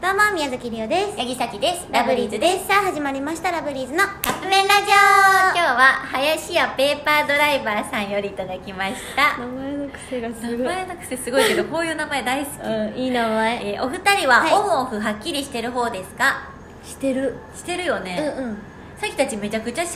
どうも、宮崎りおです。 八木崎です。 ラブリーズです。さあ、始まりました、ラブリーズのカップ麺ラジオ。今日は林家ペーパードライバーさんよりいただきました。 名前の癖がすごい。 名前の癖すごいけどこういう名前大好き。 いい名前。 お二人ははいオンオフはっきりしてる方ですか？ してる。 してるよね。さっきたちめちゃくちゃ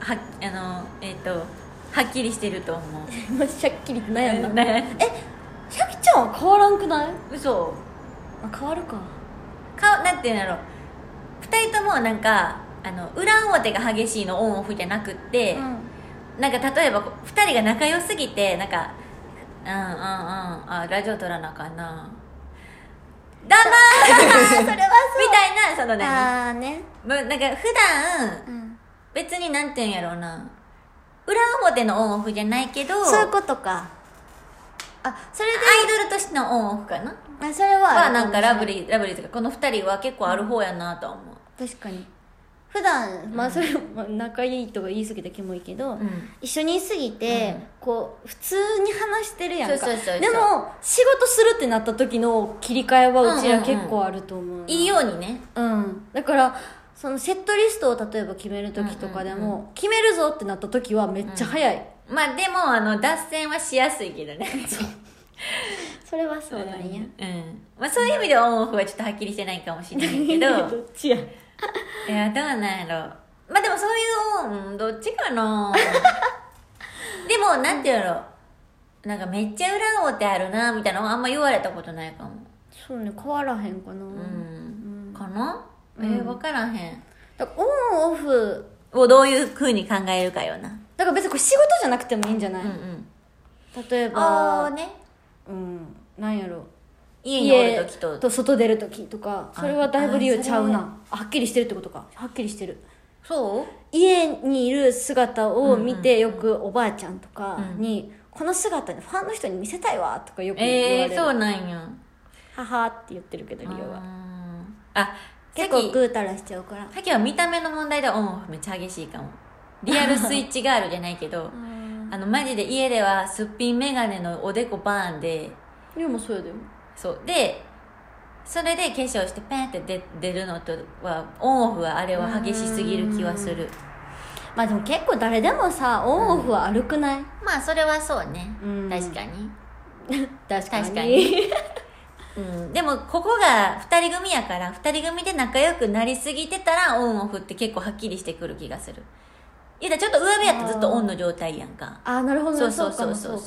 はっきりしてると思う。 今しゃっきりって悩んだ。 ね。 シャキちゃんは変わらんくない？ 嘘。 変わるか。 なんていうんだろう。二人ともなんか裏表が激しいのオンオフじゃなくって。なんか例えば2人が仲良すぎてなんかラジオ撮らなあかんなだまーそれはそうみたいなそのなんか普段、別になんていうんやろうな裏表のオンオフじゃないけどそういうことか。それでアイドルとしてのオンオフかなそれはなんかラブリーとかこの2人は結構ある方やなとは思う。 確かに普段それ仲いいとか言い過ぎたキモいけど、一緒にいすぎて、こう普通に話してるやんか。 そうでも仕事するってなった時の切り替えはうちら結構あると思う、 いいようにね。 だからそのセットリストを例えば決める時とかでも、決めるぞってなった時はめっちゃ早い、 でも脱線はしやすいけどねそれはそうなんや、 そういう意味ではオンオフはちょっとはっきりしてないかもしれないけどどっちやいやどうなんやろ。でもそういうどっちかなでもなんていうのなんかめっちゃ裏表あるなみたいなのあんま言われたことないかも。 そうね、変わらへんかな。 かな。分からへん。 だからオンオフをどういう風に考えるかよな。 だから別にこれ仕事じゃなくてもいいんじゃない？例えばなんやろ、 家におる時と外出る時とか、それはだいぶ理由ちゃうな。はっきりしてるってことか。はっきりしてる。 そう家にいる姿を見て、よくおばあちゃんとかに、この姿にファンの人に見せたいわとかよく言われる。 そうなんや。 母って言ってるけどリオは結構グータラしちゃうから。 さっきは見た目の問題でオンオフめっちゃ激しいかも。リアルスイッチガールじゃないけどマジで家ではすっぴんメガネのおでこバーンで。 でもそうやで。 そうでそれで化粧してペンって出るのとはオンオフはあれは激しすぎる気はする。 でも結構誰でもさオンオフは悪くない？ それはそうね。確かに確かにでもここが2人組やから2人組で仲良くなりすぎてたらオンオフって結構はっきりしてくる気がする。いやちょっと上辺やったらずっとオンの状態やんか。 なるほどね。 そう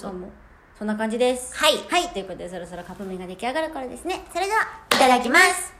そんな感じです。 はい、 ということでそろそろカップ麺が出来上がるからですね。それではいただきます。